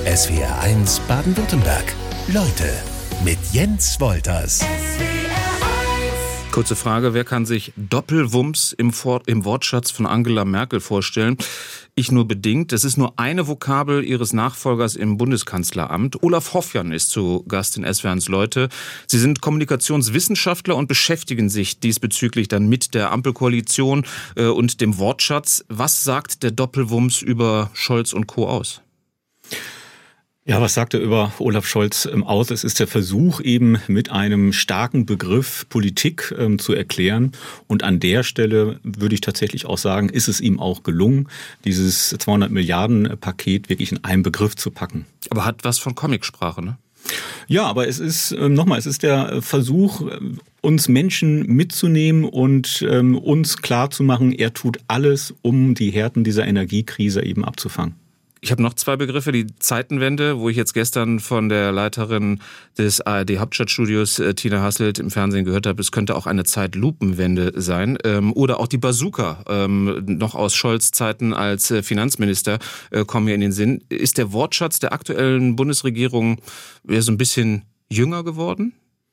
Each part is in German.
SWR1 Baden-Württemberg. Leute mit Jens Wolters. Kurze Frage, wer kann sich Doppelwumms im Wortschatz von Angela Merkel vorstellen? Ich nur bedingt. Das ist nur eine Vokabel ihres Nachfolgers im Bundeskanzleramt. Olaf Hoffjann ist zu Gast in SWR1 Leute. Sie sind Kommunikationswissenschaftler und beschäftigen sich diesbezüglich dann mit der Ampelkoalition und dem Wortschatz. Was sagt der Doppelwumms über Scholz und Co. aus? Ja, was sagt er über Olaf Scholz aus? Es ist der Versuch, eben mit einem starken Begriff Politik zu erklären. Und an der Stelle würde ich tatsächlich auch sagen, ist es ihm auch gelungen, dieses 200 Milliarden Paket wirklich in einen Begriff zu packen. Aber hat was von Comicsprache, ne? Ja, aber es ist, es ist der Versuch, uns Menschen mitzunehmen und uns klarzumachen, er tut alles, um die Härten dieser Energiekrise eben abzufangen. Ich habe noch zwei Begriffe, die Zeitenwende, wo ich jetzt gestern von der Leiterin des ARD-Hauptstadtstudios, Tina Hasselt, im Fernsehen gehört habe, es könnte auch eine Zeitlupenwende sein. Oder auch die Bazooka, noch aus Scholz Zeiten als Finanzminister, kommen mir in den Sinn. Ist der Wortschatz der aktuellen Bundesregierung so ein bisschen jünger geworden?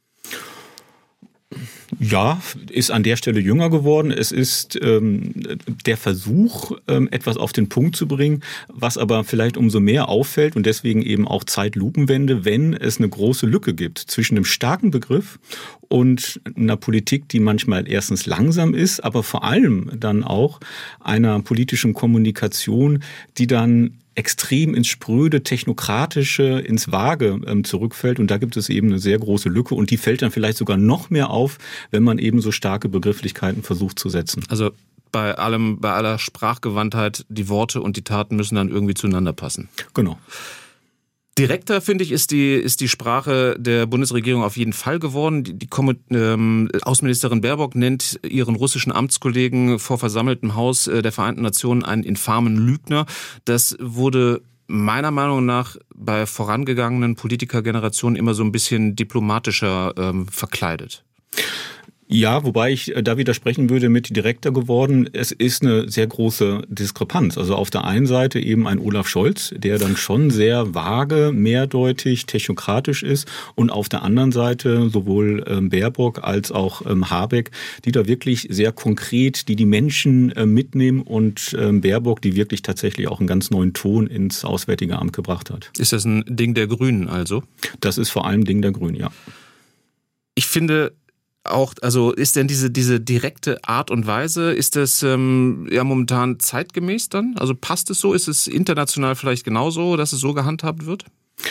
Ja, ist an der Stelle jünger geworden. Es ist der Versuch, etwas auf den Punkt zu bringen, was aber vielleicht umso mehr auffällt und deswegen eben auch Zeitlupenwende, wenn es eine große Lücke gibt zwischen einem starken Begriff und einer Politik, die manchmal erstens langsam ist, aber vor allem dann auch einer politischen Kommunikation, die dann extrem ins Spröde, Technokratische, ins Vage zurückfällt. Und da gibt es eben eine sehr große Lücke. Und die fällt dann vielleicht sogar noch mehr auf, wenn man eben so starke Begrifflichkeiten versucht zu setzen. Also bei aller Sprachgewandtheit, die Worte und die Taten müssen dann irgendwie zueinander passen. Genau. Direkter, finde ich, ist die Sprache der Bundesregierung auf jeden Fall geworden. Die Außenministerin Baerbock nennt ihren russischen Amtskollegen vor versammeltem Haus der Vereinten Nationen einen infamen Lügner. Das wurde meiner Meinung nach bei vorangegangenen Politikergenerationen immer so ein bisschen diplomatischer verkleidet. Ja, wobei ich da widersprechen würde mit direkter geworden. Es ist eine sehr große Diskrepanz. Also auf der einen Seite eben ein Olaf Scholz, der dann schon sehr vage, mehrdeutig, technokratisch ist. Und auf der anderen Seite sowohl Baerbock als auch Habeck, die da wirklich sehr konkret, die Menschen mitnehmen und Baerbock, die wirklich tatsächlich auch einen ganz neuen Ton ins Auswärtige Amt gebracht hat. Ist das ein Ding der Grünen also? Das ist vor allem ein Ding der Grünen, ja. Ich finde auch, also ist denn diese direkte Art und Weise, ist das momentan zeitgemäß dann? Also passt es so? Ist es international vielleicht genauso, dass es so gehandhabt wird?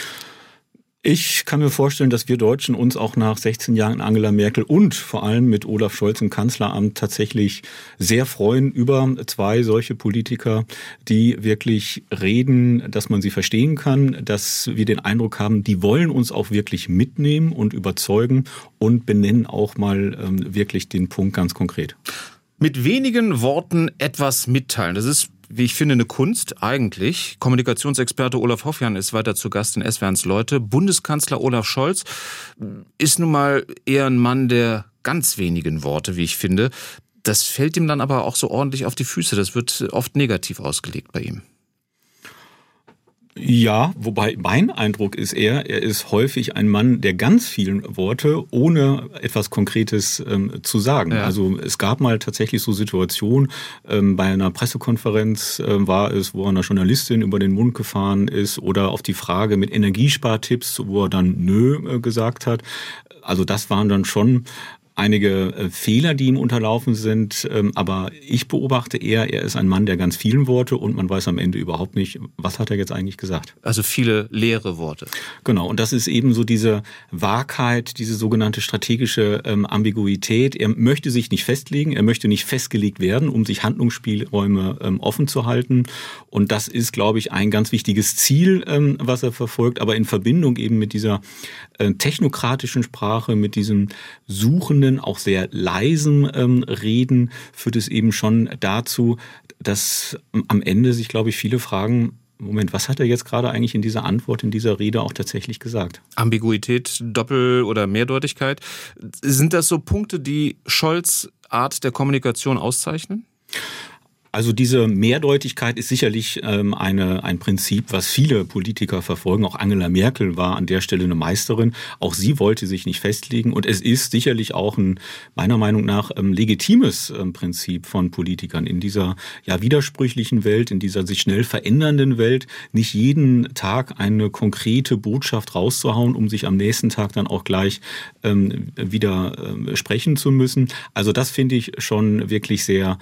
Ich kann mir vorstellen, dass wir Deutschen uns auch nach 16 Jahren Angela Merkel und vor allem mit Olaf Scholz im Kanzleramt tatsächlich sehr freuen über zwei solche Politiker, die wirklich reden, dass man sie verstehen kann, dass wir den Eindruck haben, die wollen uns auch wirklich mitnehmen und überzeugen und benennen auch mal wirklich den Punkt ganz konkret. Mit wenigen Worten etwas mitteilen. Das ist, wie ich finde, eine Kunst eigentlich. Kommunikationsexperte Olaf Hoffjann ist weiter zu Gast in SWR1 Leute. Bundeskanzler Olaf Scholz ist nun mal eher ein Mann der ganz wenigen Worte, wie ich finde. Das fällt ihm dann aber auch so ordentlich auf die Füße. Das wird oft negativ ausgelegt bei ihm. Ja, wobei mein Eindruck ist er ist häufig ein Mann der ganz vielen Worte, ohne etwas Konkretes zu sagen. Ja. Also es gab mal tatsächlich so Situationen, bei einer Pressekonferenz war es, wo einer Journalistin über den Mund gefahren ist oder auf die Frage mit Energiespartipps, wo er dann nö gesagt hat. Also das waren dann schon einige Fehler, die ihm unterlaufen sind, aber ich beobachte eher, er ist ein Mann der ganz vielen Worte und man weiß am Ende überhaupt nicht, was hat er jetzt eigentlich gesagt. Also viele leere Worte. Genau, und das ist eben so diese Wahrheit, diese sogenannte strategische Ambiguität. Er möchte sich nicht festlegen, er möchte nicht festgelegt werden, um sich Handlungsspielräume offen zu halten und das ist, glaube ich, ein ganz wichtiges Ziel, was er verfolgt, aber in Verbindung eben mit dieser technokratischen Sprache, mit diesem suchenden, auch sehr leisen Reden führt es eben schon dazu, dass am Ende sich, glaube ich, viele fragen, Moment, was hat er jetzt gerade eigentlich in dieser Antwort, in dieser Rede auch tatsächlich gesagt? Ambiguität, Doppel- oder Mehrdeutigkeit. Sind das so Punkte, die Scholz' Art der Kommunikation auszeichnen? Also diese Mehrdeutigkeit ist sicherlich ein Prinzip, was viele Politiker verfolgen. Auch Angela Merkel war an der Stelle eine Meisterin. Auch sie wollte sich nicht festlegen. Und es ist sicherlich auch ein, meiner Meinung nach, legitimes Prinzip von Politikern in dieser widersprüchlichen Welt, in dieser sich schnell verändernden Welt, nicht jeden Tag eine konkrete Botschaft rauszuhauen, um sich am nächsten Tag dann auch gleich wieder sprechen zu müssen. Also das finde ich schon wirklich sehr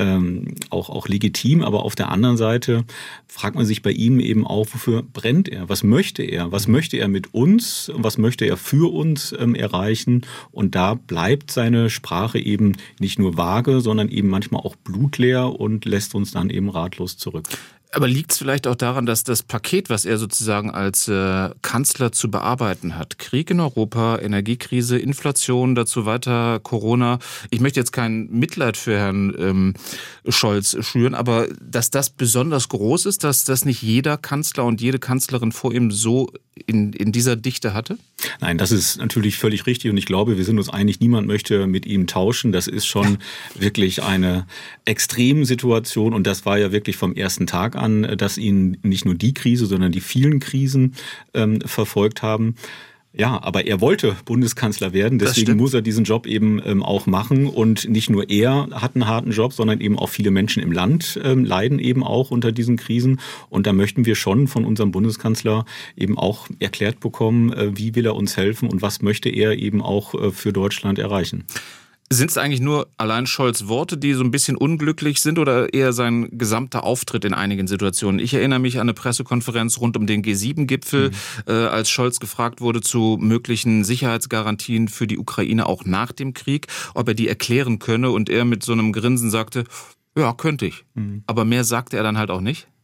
auch legitim, aber auf der anderen Seite fragt man sich bei ihm eben auch, wofür brennt er? Was möchte er? Was möchte er mit uns? Was möchte er für uns erreichen? Und da bleibt seine Sprache eben nicht nur vage, sondern eben manchmal auch blutleer und lässt uns dann eben ratlos zurück. Aber liegt es vielleicht auch daran, dass das Paket, was er sozusagen als Kanzler zu bearbeiten hat, Krieg in Europa, Energiekrise, Inflation, dazu weiter Corona, ich möchte jetzt kein Mitleid für Herrn Scholz schüren, aber dass das besonders groß ist, dass das nicht jeder Kanzler und jede Kanzlerin vor ihm so in dieser Dichte hatte? Nein, das ist natürlich völlig richtig und ich glaube, wir sind uns einig, niemand möchte mit ihm tauschen. Das ist schon wirklich eine Extremsituation und das war ja wirklich vom ersten Tag an, dass ihn nicht nur die Krise, sondern die vielen Krisen verfolgt haben. Ja, aber er wollte Bundeskanzler werden, deswegen muss er diesen Job eben auch machen und nicht nur er hat einen harten Job, sondern eben auch viele Menschen im Land leiden eben auch unter diesen Krisen und da möchten wir schon von unserem Bundeskanzler eben auch erklärt bekommen, wie will er uns helfen und was möchte er eben auch für Deutschland erreichen. Sind es eigentlich nur allein Scholz' Worte, die so ein bisschen unglücklich sind oder eher sein gesamter Auftritt in einigen Situationen? Ich erinnere mich an eine Pressekonferenz rund um den G7-Gipfel, als Scholz gefragt wurde zu möglichen Sicherheitsgarantien für die Ukraine auch nach dem Krieg, ob er die erklären könne und er mit so einem Grinsen sagte, ja, könnte ich. Aber mehr sagte er dann halt auch nicht.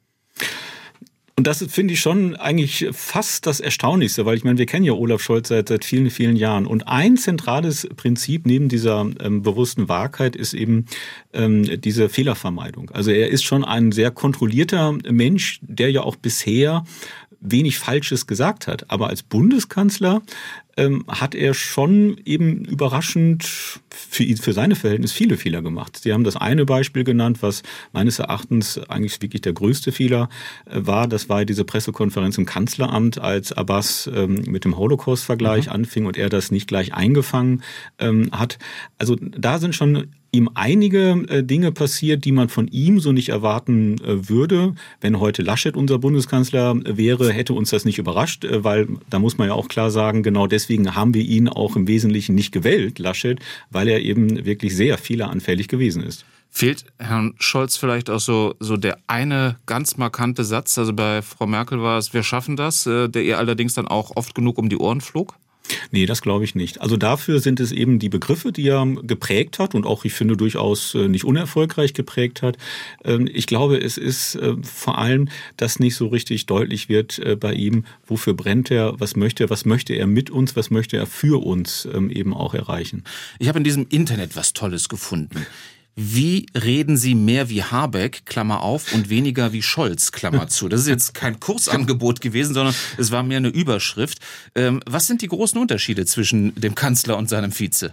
Und das finde ich schon eigentlich fast das Erstaunlichste, weil ich meine, wir kennen ja Olaf Scholz seit vielen, vielen Jahren. Und ein zentrales Prinzip neben dieser bewussten Wahrheit ist eben diese Fehlervermeidung. Also er ist schon ein sehr kontrollierter Mensch, der ja auch bisher wenig Falsches gesagt hat. Aber als Bundeskanzler hat er schon eben überraschend für seine Verhältnisse viele Fehler gemacht. Sie haben das eine Beispiel genannt, was meines Erachtens eigentlich wirklich der größte Fehler war. Das war diese Pressekonferenz im Kanzleramt, als Abbas mit dem Holocaust-Vergleich anfing und er das nicht gleich eingefangen hat. Also da sind schon ihm einige Dinge passiert, die man von ihm so nicht erwarten würde. Wenn heute Laschet unser Bundeskanzler wäre, hätte uns das nicht überrascht, weil da muss man ja auch klar sagen, genau deswegen haben wir ihn auch im Wesentlichen nicht gewählt, Laschet, weil er eben wirklich sehr fehleranfällig gewesen ist. Fehlt Herrn Scholz vielleicht auch so der eine ganz markante Satz, also bei Frau Merkel war es, wir schaffen das, der ihr allerdings dann auch oft genug um die Ohren flog? Nee, das glaube ich nicht. Also dafür sind es eben die Begriffe, die er geprägt hat und auch, ich finde, durchaus nicht unerfolgreich geprägt hat. Ich glaube, es ist vor allem, dass nicht so richtig deutlich wird bei ihm, wofür brennt er, was möchte er mit uns, was möchte er für uns eben auch erreichen. Ich habe in diesem Internet was Tolles gefunden. Wie reden Sie mehr wie Habeck, Klammer auf, und weniger wie Scholz, Klammer zu? Das ist jetzt kein Kursangebot gewesen, sondern es war mehr eine Überschrift. Was sind die großen Unterschiede zwischen dem Kanzler und seinem Vize?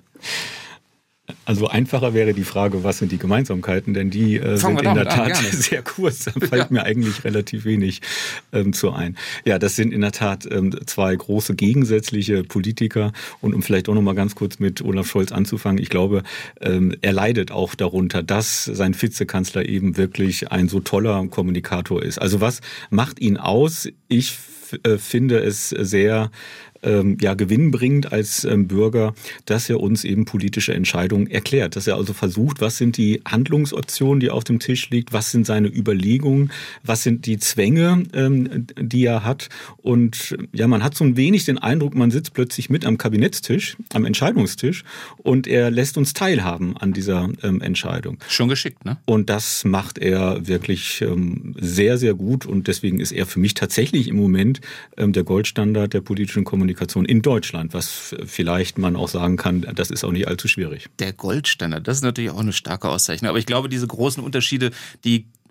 Also einfacher wäre die Frage, was sind die Gemeinsamkeiten, denn die sind in der Tat sehr kurz, da fällt mir eigentlich relativ wenig zu ein. Ja, das sind in der Tat zwei große gegensätzliche Politiker und um vielleicht auch noch mal ganz kurz mit Olaf Scholz anzufangen, ich glaube, er leidet auch darunter, dass sein Vizekanzler eben wirklich ein so toller Kommunikator ist. Also was macht ihn aus? Ich finde es sehr gewinnbringend als Bürger, dass er uns eben politische Entscheidungen erklärt. Dass er also versucht, was sind die Handlungsoptionen, die auf dem Tisch liegen, was sind seine Überlegungen, was sind die Zwänge, die er hat. Und ja, man hat so ein wenig den Eindruck, man sitzt plötzlich mit am Kabinettstisch, am Entscheidungstisch und er lässt uns teilhaben an dieser Entscheidung. Schon geschickt, ne? Und das macht er wirklich sehr, sehr gut und deswegen ist er für mich tatsächlich im Moment der Goldstandard der politischen Kommunikation in Deutschland, was vielleicht man auch sagen kann, das ist auch nicht allzu schwierig. Der Goldstandard, das ist natürlich auch eine starke Auszeichnung. Aber ich glaube, diese großen Unterschiede, die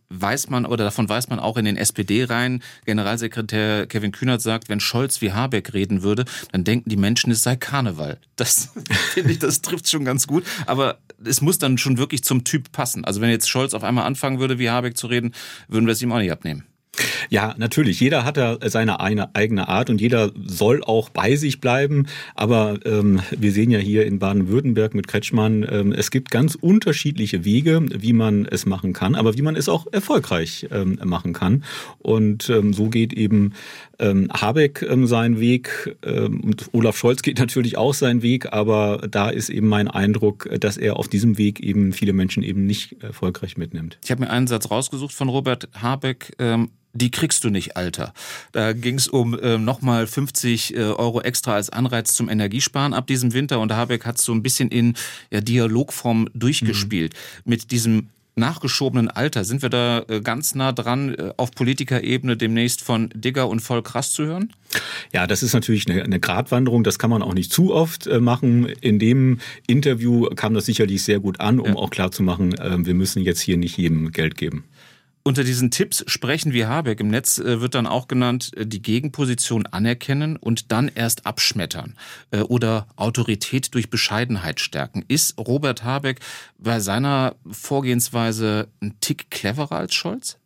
weiß man auch in den SPD-Reihen. Generalsekretär Kevin Kühnert sagt, wenn Scholz wie Habeck reden würde, dann denken die Menschen, es sei Karneval. Das finde ich, das trifft schon ganz gut. Aber es muss dann schon wirklich zum Typ passen. Also wenn jetzt Scholz auf einmal anfangen würde, wie Habeck zu reden, würden wir es ihm auch nicht abnehmen. Ja, natürlich. Jeder hat da seine eigene Art und jeder soll auch bei sich bleiben. Aber wir sehen ja hier in Baden-Württemberg mit Kretschmann, es gibt ganz unterschiedliche Wege, wie man es machen kann, aber wie man es auch erfolgreich machen kann. Und so geht eben Habeck seinen Weg und Olaf Scholz geht natürlich auch seinen Weg. Aber da ist eben mein Eindruck, dass er auf diesem Weg eben viele Menschen eben nicht erfolgreich mitnimmt. Ich habe mir einen Satz rausgesucht von Robert Habeck. Die kriegst du nicht, Alter. Da ging es um nochmal 50 Euro extra als Anreiz zum Energiesparen ab diesem Winter. Und Habeck hat so ein bisschen in Dialogform durchgespielt. Mit diesem nachgeschobenen Alter. Sind wir da ganz nah dran, auf Politikerebene demnächst von Digger und voll krass zu hören? Ja, das ist natürlich eine Gratwanderung. Das kann man auch nicht zu oft machen. In dem Interview kam das sicherlich sehr gut an, um auch klarzumachen, wir müssen jetzt hier nicht jedem Geld geben. Unter diesen Tipps sprechen wie Habeck. Im Netz wird dann auch genannt, die Gegenposition anerkennen und dann erst abschmettern oder Autorität durch Bescheidenheit stärken. Ist Robert Habeck bei seiner Vorgehensweise ein Tick cleverer als Scholz?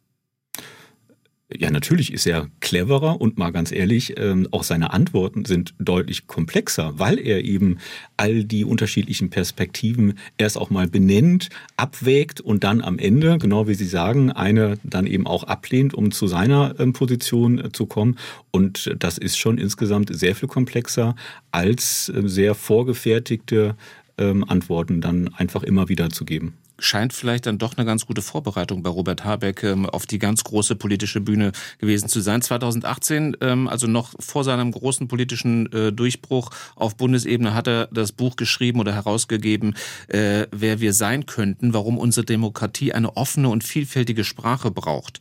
Ja, natürlich ist er cleverer und mal ganz ehrlich, auch seine Antworten sind deutlich komplexer, weil er eben all die unterschiedlichen Perspektiven erst auch mal benennt, abwägt und dann am Ende, genau wie Sie sagen, eine dann eben auch ablehnt, um zu seiner Position zu kommen. Und das ist schon insgesamt sehr viel komplexer als sehr vorgefertigte Antworten dann einfach immer wieder zu geben. Scheint vielleicht dann doch eine ganz gute Vorbereitung bei Robert Habeck auf die ganz große politische Bühne gewesen zu sein. 2018, also noch vor seinem großen politischen Durchbruch auf Bundesebene, hat er das Buch geschrieben oder herausgegeben, wer wir sein könnten, warum unsere Demokratie eine offene und vielfältige Sprache braucht.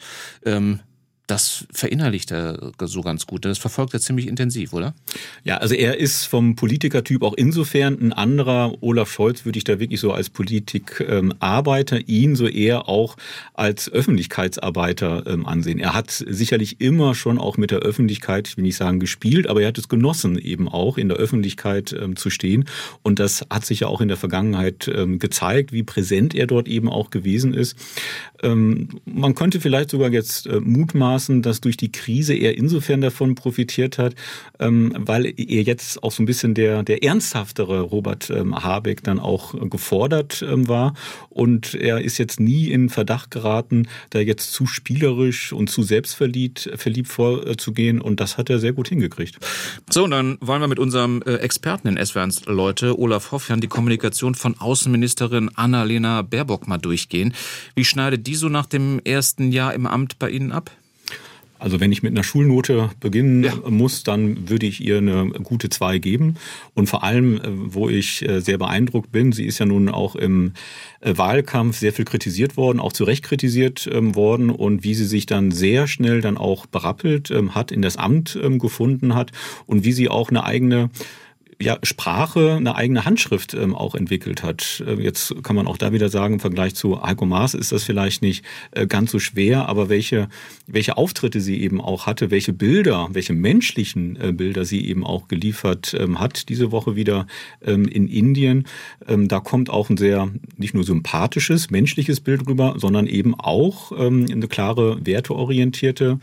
Das verinnerlicht er so ganz gut. Das verfolgt er ziemlich intensiv, oder? Ja, also er ist vom Politikertyp auch insofern ein anderer. Olaf Scholz würde ich da wirklich so als Politikarbeiter, ihn so eher auch als Öffentlichkeitsarbeiter ansehen. Er hat sicherlich immer schon auch mit der Öffentlichkeit, ich will nicht sagen gespielt, aber er hat es genossen, eben auch in der Öffentlichkeit zu stehen. Und das hat sich ja auch in der Vergangenheit gezeigt, wie präsent er dort eben auch gewesen ist. Man könnte vielleicht sogar jetzt mutmaßen, dass durch die Krise er insofern davon profitiert hat, weil er jetzt auch so ein bisschen der ernsthaftere Robert Habeck dann auch gefordert war. Und er ist jetzt nie in Verdacht geraten, da jetzt zu spielerisch und zu selbstverliebt vorzugehen. Und das hat er sehr gut hingekriegt. So, und dann wollen wir mit unserem Experten in SWR1 Leute, Olaf Hoffjann, die Kommunikation von Außenministerin Annalena Baerbock mal durchgehen. Wie schneidet die so nach dem ersten Jahr im Amt bei Ihnen ab? Also wenn ich mit einer Schulnote beginnen muss, dann würde ich ihr eine gute 2 geben. Und vor allem, wo ich sehr beeindruckt bin, sie ist ja nun auch im Wahlkampf sehr viel kritisiert worden, auch zu Recht kritisiert worden. Und wie sie sich dann sehr schnell dann auch berappelt hat, in das Amt gefunden hat und wie sie auch eine eigene Sprache, eine eigene Handschrift auch entwickelt hat. Jetzt kann man auch da wieder sagen, im Vergleich zu Heiko Maas ist das vielleicht nicht ganz so schwer, aber welche Auftritte sie eben auch hatte, welche menschlichen Bilder sie eben auch geliefert hat, diese Woche wieder in Indien, da kommt auch ein sehr, nicht nur sympathisches, menschliches Bild rüber, sondern eben auch eine klare, werteorientierte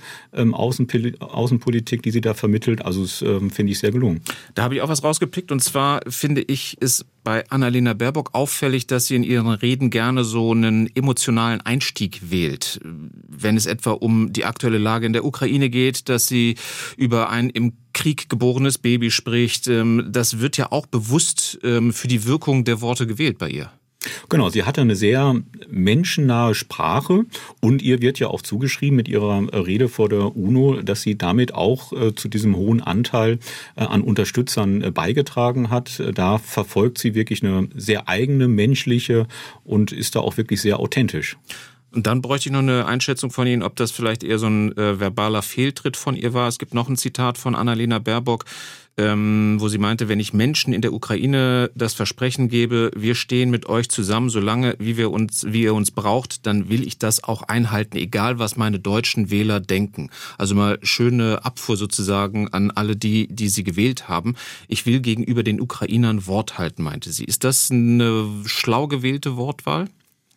Außenpolitik, die sie da vermittelt. Also das finde ich sehr gelungen. Da habe ich auch was rausgepickt, und zwar finde ich es bei Annalena Baerbock auffällig, dass sie in ihren Reden gerne so einen emotionalen Einstieg wählt. Wenn es etwa um die aktuelle Lage in der Ukraine geht, dass sie über ein im Krieg geborenes Baby spricht, das wird ja auch bewusst für die Wirkung der Worte gewählt bei ihr. Genau, sie hatte eine sehr menschennahe Sprache und ihr wird ja auch zugeschrieben mit ihrer Rede vor der UNO, dass sie damit auch zu diesem hohen Anteil an Unterstützern beigetragen hat. Da verfolgt sie wirklich eine sehr eigene, menschliche und ist da auch wirklich sehr authentisch. Und dann bräuchte ich noch eine Einschätzung von Ihnen, ob das vielleicht eher so ein verbaler Fehltritt von ihr war. Es gibt noch ein Zitat von Annalena Baerbock, wo sie meinte, wenn ich Menschen in der Ukraine das Versprechen gebe, wir stehen mit euch zusammen, solange wie ihr uns braucht, dann will ich das auch einhalten, egal was meine deutschen Wähler denken. Also mal schöne Abfuhr sozusagen an alle die sie gewählt haben. Ich will gegenüber den Ukrainern Wort halten, meinte sie. Ist das eine schlau gewählte Wortwahl?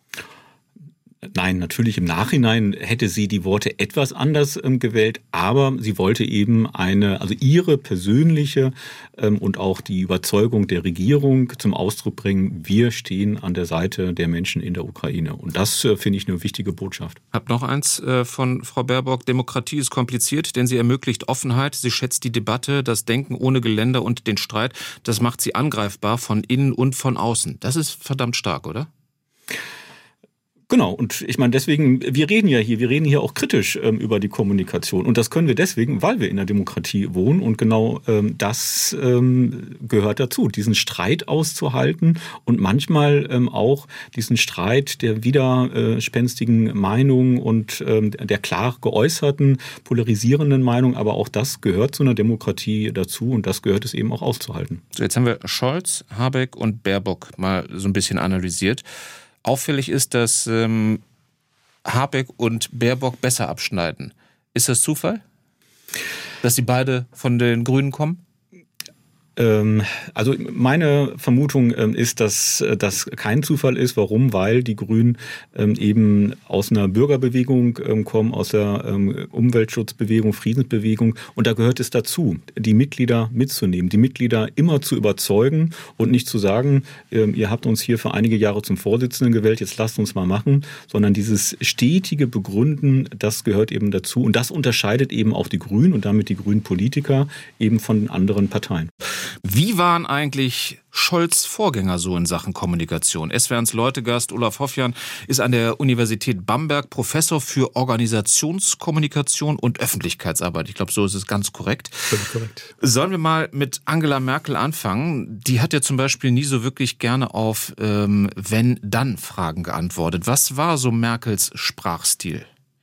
Nein, natürlich im Nachhinein hätte sie die Worte etwas anders gewählt, aber sie wollte eben ihre persönliche und auch die Überzeugung der Regierung zum Ausdruck bringen, wir stehen an der Seite der Menschen in der Ukraine. Und das finde ich eine wichtige Botschaft. Hab noch eins von Frau Baerbock. Demokratie ist kompliziert, denn sie ermöglicht Offenheit, sie schätzt die Debatte, das Denken ohne Geländer und den Streit. Das macht sie angreifbar von innen und von außen. Das ist verdammt stark, oder? Genau, und ich meine deswegen, wir reden hier auch kritisch über die Kommunikation und das können wir deswegen, weil wir in der Demokratie wohnen und genau das gehört dazu, diesen Streit auszuhalten und manchmal auch diesen Streit der widerspenstigen Meinung und der klar geäußerten, polarisierenden Meinung, aber auch das gehört zu einer Demokratie dazu und das gehört es eben auch auszuhalten. So, jetzt haben wir Scholz, Habeck und Baerbock mal so ein bisschen analysiert. Auffällig ist, dass Habeck und Baerbock besser abschneiden. Ist das Zufall, dass sie beide von den Grünen kommen? Also meine Vermutung ist, dass das kein Zufall ist. Warum? Weil die Grünen eben aus einer Bürgerbewegung kommen, aus der Umweltschutzbewegung, Friedensbewegung. Und da gehört es dazu, die Mitglieder mitzunehmen, die Mitglieder immer zu überzeugen und nicht zu sagen, ihr habt uns hier für einige Jahre zum Vorsitzenden gewählt, jetzt lasst uns mal machen, sondern dieses stetige Begründen, das gehört eben dazu. Und das unterscheidet eben auch die Grünen und damit die grünen Politiker eben von den anderen Parteien. Wie waren eigentlich Scholz' Vorgänger so in Sachen Kommunikation? SWRs Leutegast Olaf Hoffjan ist an der Universität Bamberg Professor für Organisationskommunikation und Öffentlichkeitsarbeit. Ich glaube, so ist es ganz korrekt. Völlig korrekt. Sollen wir mal mit Angela Merkel anfangen? Die hat ja zum Beispiel nie so wirklich gerne auf Wenn-Dann-Fragen geantwortet. Was war so Merkels Sprachstil?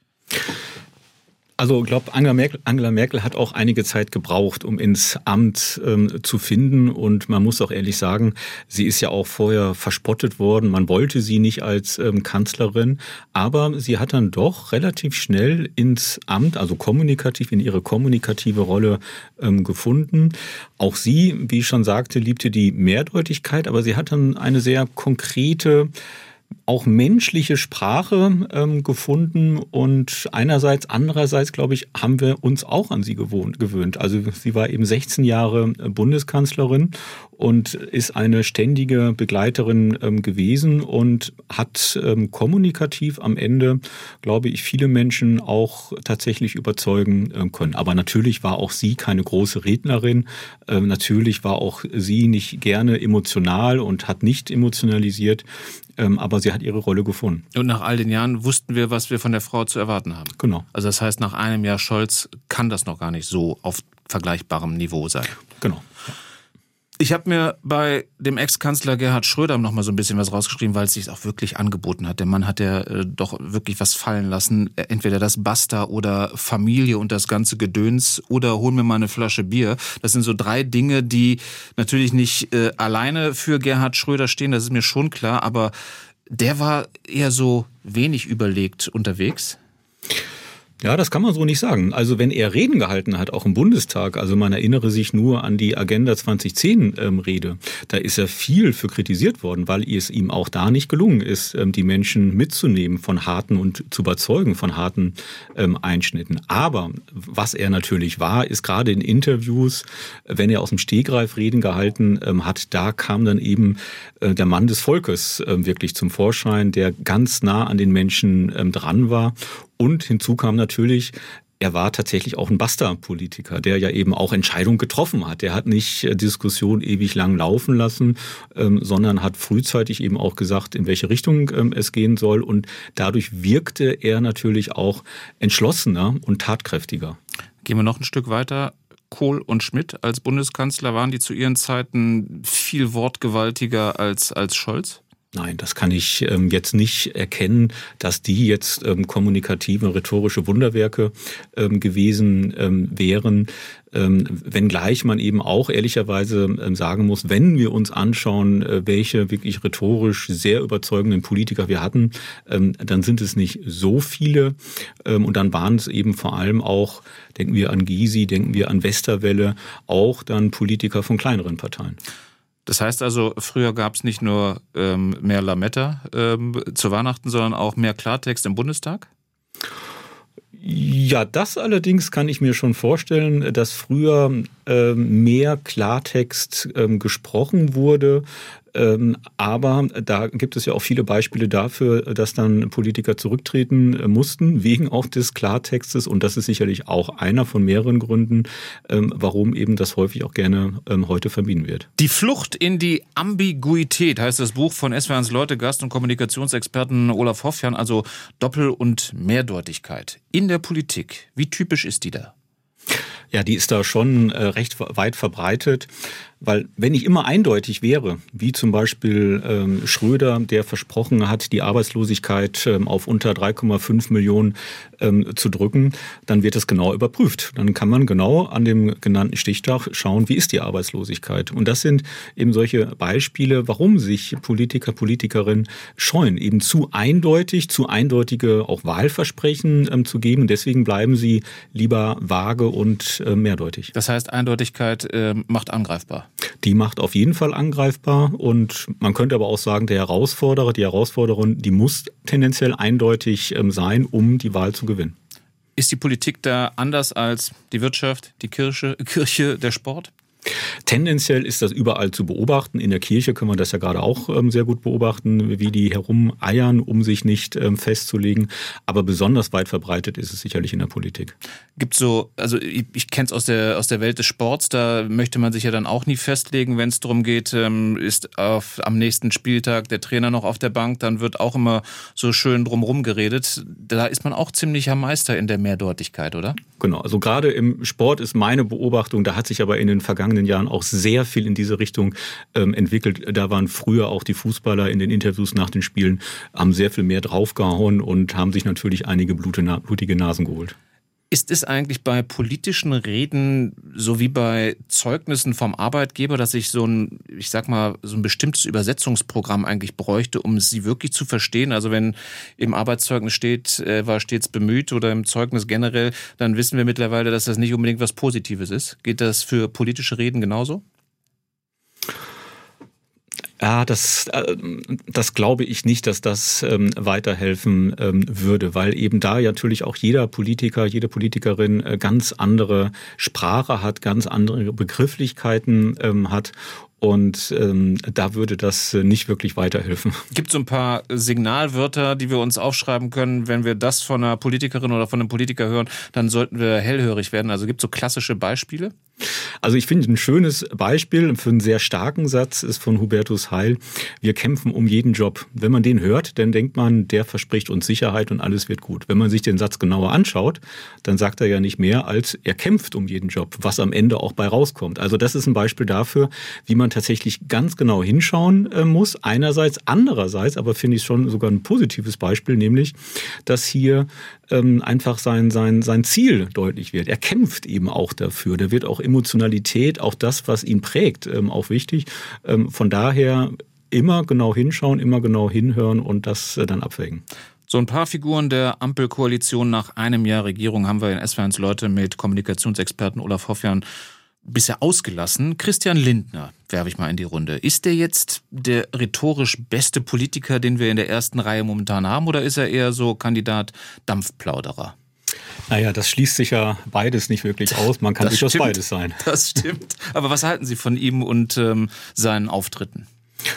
Also ich glaube, Angela Merkel hat auch einige Zeit gebraucht, um ins Amt zu finden. Und man muss auch ehrlich sagen, sie ist ja auch vorher verspottet worden. Man wollte sie nicht als Kanzlerin. Aber sie hat dann doch relativ schnell ins Amt, also kommunikativ, in ihre kommunikative Rolle gefunden. Auch sie, wie ich schon sagte, liebte die Mehrdeutigkeit. Aber sie hat dann eine sehr konkrete, auch menschliche Sprache gefunden und andererseits, glaube ich, haben wir uns auch an sie gewöhnt. Also sie war eben 16 Jahre Bundeskanzlerin und ist eine ständige Begleiterin gewesen und hat kommunikativ am Ende, glaube ich, viele Menschen auch tatsächlich überzeugen können. Aber natürlich war auch sie keine große Rednerin. Natürlich war auch sie nicht gerne emotional und hat nicht emotionalisiert. Aber sie hat ihre Rolle gefunden. Und nach all den Jahren wussten wir, was wir von der Frau zu erwarten haben. Genau. Also das heißt, nach einem Jahr Scholz kann das noch gar nicht so auf vergleichbarem Niveau sein. Genau. Ich habe mir bei dem Ex-Kanzler Gerhard Schröder noch mal so ein bisschen was rausgeschrieben, weil es sich auch wirklich angeboten hat. Der Mann hat ja doch wirklich was fallen lassen. Entweder das Basta oder Familie und das ganze Gedöns oder hol mir mal eine Flasche Bier. Das sind so 3 Dinge, die natürlich nicht alleine für Gerhard Schröder stehen, das ist mir schon klar. Aber der war eher so wenig überlegt unterwegs. Ja, das kann man so nicht sagen. Also wenn er Reden gehalten hat, auch im Bundestag, also man erinnere sich nur an die Agenda 2010 Rede, da ist er viel für kritisiert worden, weil es ihm auch da nicht gelungen ist, die Menschen mitzunehmen von harten und zu überzeugen von harten Einschnitten. Aber was er natürlich war, ist gerade in Interviews, wenn er aus dem Stegreif Reden gehalten hat, da kam dann eben der Mann des Volkes wirklich zum Vorschein, der ganz nah an den Menschen dran war. Und hinzu kam natürlich, er war tatsächlich auch ein Basta-Politiker, der ja eben auch Entscheidungen getroffen hat. Der hat nicht Diskussion ewig lang laufen lassen, sondern hat frühzeitig eben auch gesagt, in welche Richtung es gehen soll. Und dadurch wirkte er natürlich auch entschlossener und tatkräftiger. Gehen wir noch ein Stück weiter. Kohl und Schmidt als Bundeskanzler, waren die zu ihren Zeiten viel wortgewaltiger als Scholz? Nein, das kann ich jetzt nicht erkennen, dass die jetzt kommunikative, rhetorische Wunderwerke gewesen wären. Wenngleich man eben auch ehrlicherweise sagen muss, wenn wir uns anschauen, welche wirklich rhetorisch sehr überzeugenden Politiker wir hatten, dann sind es nicht so viele. Und dann waren es eben vor allem auch, denken wir an Gysi, denken wir an Westerwelle, auch dann Politiker von kleineren Parteien. Das heißt also, früher gab es nicht nur mehr Lametta zu Weihnachten, sondern auch mehr Klartext im Bundestag? Ja, das allerdings kann ich mir schon vorstellen, dass früher mehr Klartext gesprochen wurde. Aber da gibt es ja auch viele Beispiele dafür, dass dann Politiker zurücktreten mussten, wegen auch des Klartextes. Und das ist sicherlich auch einer von mehreren Gründen, warum eben das häufig auch gerne heute vermieden wird. Die Flucht in die Ambiguität heißt das Buch von SWR1 Leute, Gast- und Kommunikationsexperten Olaf Hoffjann, also Doppel- und Mehrdeutigkeit. In der Politik, wie typisch ist die da? Ja, die ist da schon recht weit verbreitet, weil wenn ich immer eindeutig wäre, wie zum Beispiel Schröder, der versprochen hat, die Arbeitslosigkeit auf unter 3,5 Millionen zu drücken, dann wird das genau überprüft. Dann kann man genau an dem genannten Stichtag schauen, wie ist die Arbeitslosigkeit. Und das sind eben solche Beispiele, warum sich Politiker, Politikerinnen scheuen, eben zu eindeutige auch Wahlversprechen zu geben. Deswegen bleiben sie lieber vage und mehrdeutig. Das heißt, Eindeutigkeit macht angreifbar. Die macht auf jeden Fall angreifbar und man könnte aber auch sagen, der Herausforderer, die Herausforderin, die muss tendenziell eindeutig sein, um die Wahl zu gewinnen. Ist die Politik da anders als die Wirtschaft, die Kirche, der Sport? Tendenziell ist das überall zu beobachten. In der Kirche können wir das ja gerade auch sehr gut beobachten, wie die herumeiern, um sich nicht festzulegen. Aber besonders weit verbreitet ist es sicherlich in der Politik. Gibt so, also ich kenne es aus der Welt des Sports, da möchte man sich ja dann auch nie festlegen, wenn es darum geht, ist am nächsten Spieltag der Trainer noch auf der Bank, dann wird auch immer so schön drumherum geredet. Da ist man auch ziemlicher Meister in der Mehrdeutigkeit, oder? Genau, also gerade im Sport ist meine Beobachtung, da hat sich aber in den vergangenen Jahren auch sehr viel in diese Richtung entwickelt. Da waren früher auch die Fußballer in den Interviews nach den Spielen, haben sehr viel mehr draufgehauen und haben sich natürlich einige blutige Nasen geholt. Ist es eigentlich bei politischen Reden so wie bei Zeugnissen vom Arbeitgeber, dass ich so ein bestimmtes Übersetzungsprogramm eigentlich bräuchte, um sie wirklich zu verstehen? Also wenn im Arbeitszeugnis steht, war stets bemüht oder im Zeugnis generell, dann wissen wir mittlerweile, dass das nicht unbedingt was Positives ist. Geht das für politische Reden genauso? Ja, das glaube ich nicht, dass das weiterhelfen würde, weil eben da natürlich auch jeder Politiker, jede Politikerin ganz andere Sprache hat, ganz andere Begrifflichkeiten hat. Und da würde das nicht wirklich weiterhelfen. Gibt es so ein paar Signalwörter, die wir uns aufschreiben können, wenn wir das von einer Politikerin oder von einem Politiker hören, dann sollten wir hellhörig werden. Also gibt es so klassische Beispiele? Also ich finde, ein schönes Beispiel für einen sehr starken Satz ist von Hubertus Heil: Wir kämpfen um jeden Job. Wenn man den hört, dann denkt man, der verspricht uns Sicherheit und alles wird gut. Wenn man sich den Satz genauer anschaut, dann sagt er ja nicht mehr, als er kämpft um jeden Job, was am Ende auch bei rauskommt. Also das ist ein Beispiel dafür, wie man tatsächlich ganz genau hinschauen muss. Andererseits, aber finde ich schon sogar ein positives Beispiel, nämlich, dass hier einfach sein Ziel deutlich wird. Er kämpft eben auch dafür. Da wird auch Emotionalität, auch das, was ihn prägt, auch wichtig. Von daher immer genau hinschauen, immer genau hinhören und das dann abwägen. So ein paar Figuren der Ampelkoalition nach einem Jahr Regierung haben wir in SWR1 Leute mit Kommunikationsexperten Olaf Hoffjann bisher ausgelassen. Christian Lindner werfe ich mal in die Runde. Ist der jetzt der rhetorisch beste Politiker, den wir in der ersten Reihe momentan haben, oder ist er eher so Kandidat Dampfplauderer? Naja, das schließt sich ja beides nicht wirklich aus. Man kann durchaus beides sein. Das stimmt. Aber was halten Sie von ihm und seinen Auftritten?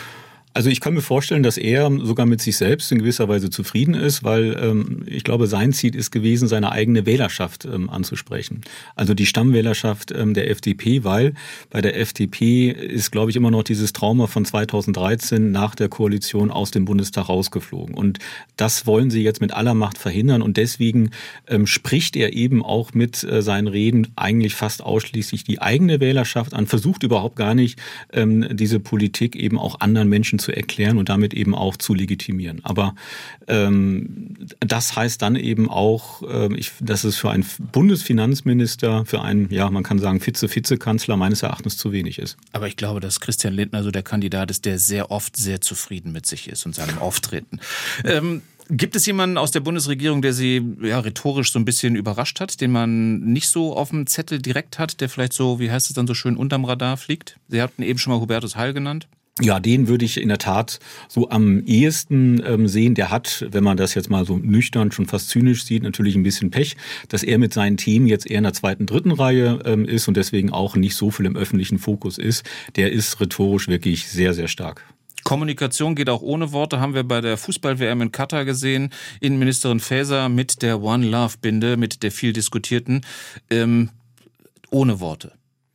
Also ich kann mir vorstellen, dass er sogar mit sich selbst in gewisser Weise zufrieden ist, weil ich glaube, sein Ziel ist gewesen, seine eigene Wählerschaft anzusprechen. Also die Stammwählerschaft der FDP, weil bei der FDP ist, glaube ich, immer noch dieses Trauma von 2013 nach der Koalition aus dem Bundestag rausgeflogen. Und das wollen sie jetzt mit aller Macht verhindern. Und deswegen spricht er eben auch mit seinen Reden eigentlich fast ausschließlich die eigene Wählerschaft an, versucht überhaupt gar nicht, diese Politik eben auch anderen Menschen zu zu erklären und damit eben auch zu legitimieren. Aber das heißt dann eben auch, dass es für einen Bundesfinanzminister, für einen, ja, man kann sagen, Vizekanzler meines Erachtens zu wenig ist. Aber ich glaube, dass Christian Lindner so der Kandidat ist, der sehr oft sehr zufrieden mit sich ist und seinem Auftreten. Gibt es jemanden aus der Bundesregierung, der Sie rhetorisch so ein bisschen überrascht hat, den man nicht so auf dem Zettel direkt hat, der vielleicht so, wie heißt es dann so schön, unterm Radar fliegt? Sie hatten eben schon mal Hubertus Heil genannt. Ja, den würde ich in der Tat so am ehesten sehen. Der hat, wenn man das jetzt mal so nüchtern, schon fast zynisch sieht, natürlich ein bisschen Pech, dass er mit seinen Themen jetzt eher in der zweiten, dritten Reihe ist und deswegen auch nicht so viel im öffentlichen Fokus ist. Der ist rhetorisch wirklich sehr, sehr stark. Kommunikation geht auch ohne Worte, haben wir bei der Fußball-WM in Katar gesehen. Innenministerin Faeser mit der One-Love-Binde, mit der viel diskutierten, ohne Worte.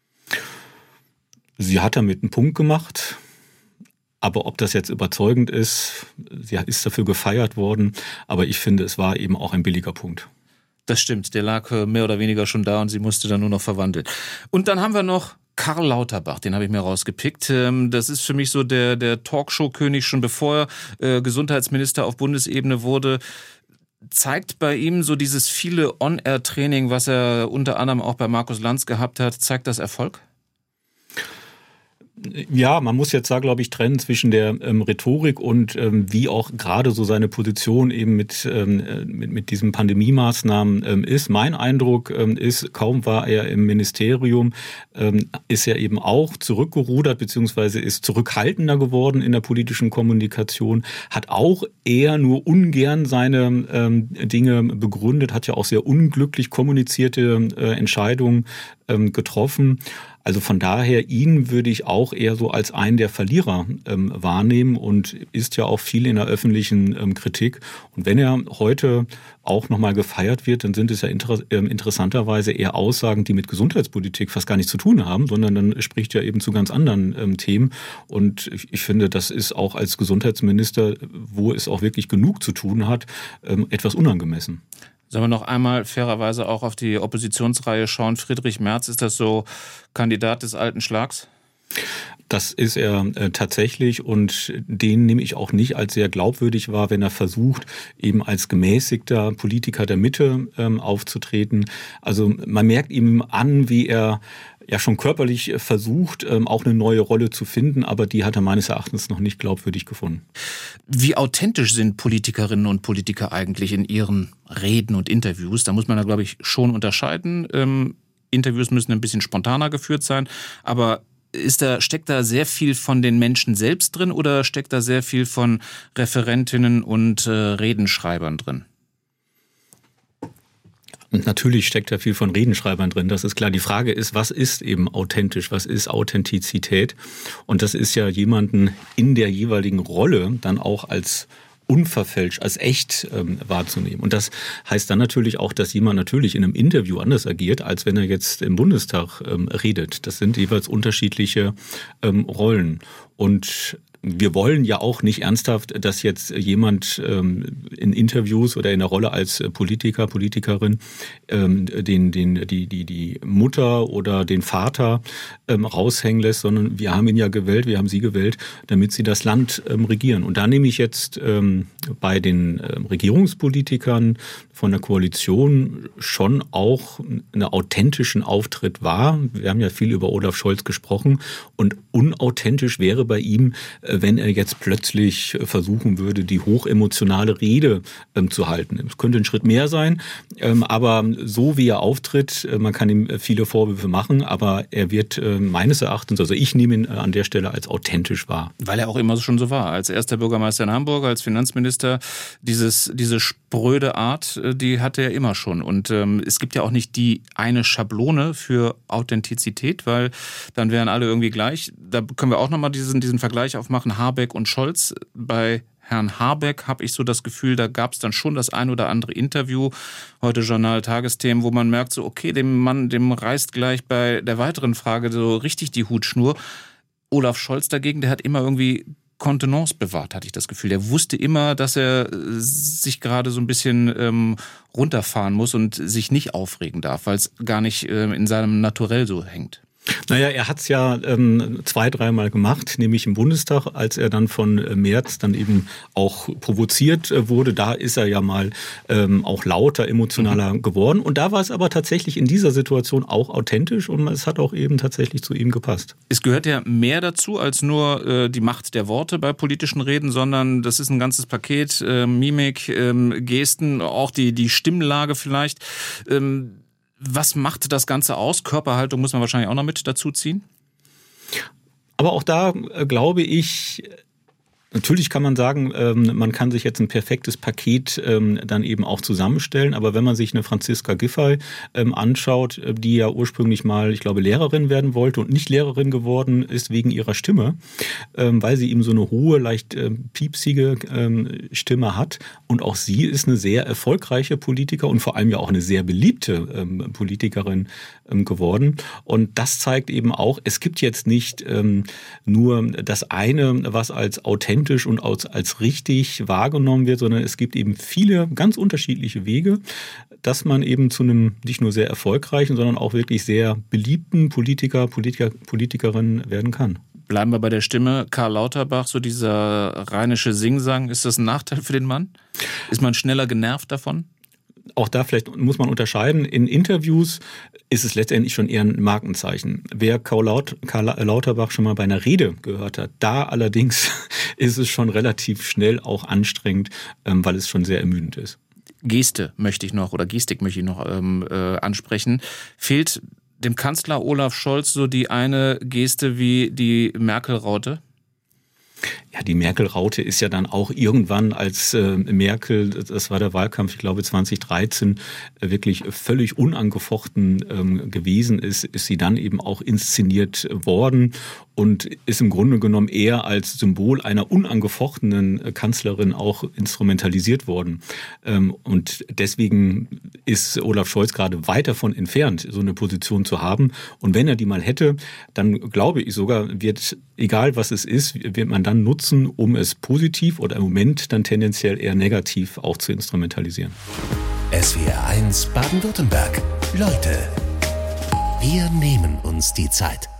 Sie hat damit einen Punkt gemacht. Aber ob das jetzt überzeugend ist, sie ist dafür gefeiert worden. Aber ich finde, es war eben auch ein billiger Punkt. Das stimmt, der lag mehr oder weniger schon da und sie musste dann nur noch verwandeln. Und dann haben wir noch Karl Lauterbach, den habe ich mir rausgepickt. Das ist für mich so der Talkshow-König, schon bevor er Gesundheitsminister auf Bundesebene wurde. Zeigt bei ihm so dieses viele On-Air-Training, was er unter anderem auch bei Markus Lanz gehabt hat, zeigt das Erfolg? Ja, man muss jetzt da, glaube ich, trennen zwischen der Rhetorik und wie auch gerade so seine Position eben mit diesen Pandemie-Maßnahmen ist. Mein Eindruck ist, kaum war er im Ministerium, ist er eben auch zurückgerudert beziehungsweise ist zurückhaltender geworden in der politischen Kommunikation, hat auch eher nur ungern seine Dinge begründet, hat ja auch sehr unglücklich kommunizierte Entscheidungen getroffen. Also von daher, ihn würde ich auch eher so als einen der Verlierer wahrnehmen und ist ja auch viel in der öffentlichen Kritik. Und wenn er heute auch nochmal gefeiert wird, dann sind es ja interessanterweise eher Aussagen, die mit Gesundheitspolitik fast gar nichts zu tun haben, sondern dann spricht er eben zu ganz anderen Themen. Und ich finde, das ist auch als Gesundheitsminister, wo es auch wirklich genug zu tun hat, etwas unangemessen. Sollen wir noch einmal fairerweise auch auf die Oppositionsreihe schauen? Friedrich Merz, ist das so Kandidat des alten Schlags? Das ist er tatsächlich und den nehme ich auch nicht als sehr glaubwürdig wahr, wenn er versucht, eben als gemäßigter Politiker der Mitte aufzutreten. Also man merkt ihm an, wie er ja schon körperlich versucht, auch eine neue Rolle zu finden, aber die hat er meines Erachtens noch nicht glaubwürdig gefunden. Wie authentisch sind Politikerinnen und Politiker eigentlich in ihren Reden und Interviews? Da muss man, glaube ich, schon unterscheiden. Interviews müssen ein bisschen spontaner geführt sein, aber steckt da sehr viel von den Menschen selbst drin oder steckt da sehr viel von Referentinnen und Redenschreibern drin? Natürlich steckt da viel von Redenschreibern drin, das ist klar. Die Frage ist, was ist eben authentisch, was ist Authentizität? Und das ist ja jemanden in der jeweiligen Rolle dann auch als unverfälscht, als echt wahrzunehmen. Und das heißt dann natürlich auch, dass jemand natürlich in einem Interview anders agiert, als wenn er jetzt im Bundestag redet. Das sind jeweils unterschiedliche Rollen. Und wir wollen ja auch nicht ernsthaft, dass jetzt jemand in Interviews oder in der Rolle als Politiker, Politikerin die Mutter oder den Vater raushängen lässt, sondern wir haben ihn ja gewählt, wir haben sie gewählt, damit sie das Land regieren. Und da nehme ich jetzt bei den Regierungspolitikern von der Koalition schon auch einen authentischen Auftritt wahr. Wir haben ja viel über Olaf Scholz gesprochen und unauthentisch wäre bei ihm, wenn er jetzt plötzlich versuchen würde, die hochemotionale Rede zu halten. Es könnte ein Schritt mehr sein, aber so wie er auftritt, man kann ihm viele Vorwürfe machen, aber er wird meines Erachtens, also ich nehme ihn an der Stelle als authentisch wahr. Weil er auch immer schon so war. Als erster Bürgermeister in Hamburg, als Finanzminister, diese spröde Art, die hatte er immer schon. Und es gibt ja auch nicht die eine Schablone für Authentizität, weil dann wären alle irgendwie gleich. Da können wir auch nochmal diesen Vergleich aufmachen, Habeck und Scholz. Bei Herrn Habeck habe ich so das Gefühl, da gab es dann schon das ein oder andere Interview, heute Journal, Tagesthemen, wo man merkt, so okay, dem Mann, dem reißt gleich bei der weiteren Frage so richtig die Hutschnur. Olaf Scholz dagegen, der hat immer irgendwie Kontenance bewahrt, hatte ich das Gefühl. Der wusste immer, dass er sich gerade so ein bisschen runterfahren muss und sich nicht aufregen darf, weil es gar nicht in seinem Naturell so hängt. Naja, er hat es ja 2-3 Mal gemacht, nämlich im Bundestag, als er dann von Merz dann eben auch provoziert wurde. Da ist er ja mal auch lauter, emotionaler geworden. Und da war es aber tatsächlich in dieser Situation auch authentisch und es hat auch eben tatsächlich zu ihm gepasst. Es gehört ja mehr dazu als nur die Macht der Worte bei politischen Reden, sondern das ist ein ganzes Paket, Mimik, Gesten, auch die Stimmlage vielleicht. Was macht das Ganze aus? Körperhaltung muss man wahrscheinlich auch noch mit dazu ziehen? Aber auch da glaube ich, natürlich kann man sagen, man kann sich jetzt ein perfektes Paket dann eben auch zusammenstellen. Aber wenn man sich eine Franziska Giffey anschaut, die ja ursprünglich mal, ich glaube, Lehrerin werden wollte und nicht Lehrerin geworden ist wegen ihrer Stimme, weil sie eben so eine hohe, leicht piepsige Stimme hat. Und auch sie ist eine sehr erfolgreiche Politiker und vor allem ja auch eine sehr beliebte Politikerin geworden. Und das zeigt eben auch, es gibt jetzt nicht nur das eine, was als authentisch und als richtig wahrgenommen wird, sondern es gibt eben viele ganz unterschiedliche Wege, dass man eben zu einem nicht nur sehr erfolgreichen, sondern auch wirklich sehr beliebten Politikerin werden kann. Bleiben wir bei der Stimme. Karl Lauterbach, so dieser rheinische Singsang, ist das ein Nachteil für den Mann? Ist man schneller genervt davon? Auch da vielleicht muss man unterscheiden. In Interviews ist es letztendlich schon eher ein Markenzeichen. Wer Karl Lauterbach schon mal bei einer Rede gehört hat, da allerdings ist es schon relativ schnell auch anstrengend, weil es schon sehr ermüdend ist. Gestik möchte ich noch ansprechen. Fehlt dem Kanzler Olaf Scholz so die eine Geste wie die Merkel-Raute? Ja, die Merkel-Raute ist ja dann auch irgendwann, als Merkel, das war der Wahlkampf, ich glaube 2013, wirklich völlig unangefochten gewesen ist sie dann eben auch inszeniert worden und ist im Grunde genommen eher als Symbol einer unangefochtenen Kanzlerin auch instrumentalisiert worden. Und deswegen ist Olaf Scholz gerade weit davon entfernt, so eine Position zu haben. Und wenn er die mal hätte, dann glaube ich sogar, egal was es ist, wird man dann nutzen, um es positiv oder im Moment dann tendenziell eher negativ auch zu instrumentalisieren. SWR 1 Baden-Württemberg. Leute, wir nehmen uns die Zeit.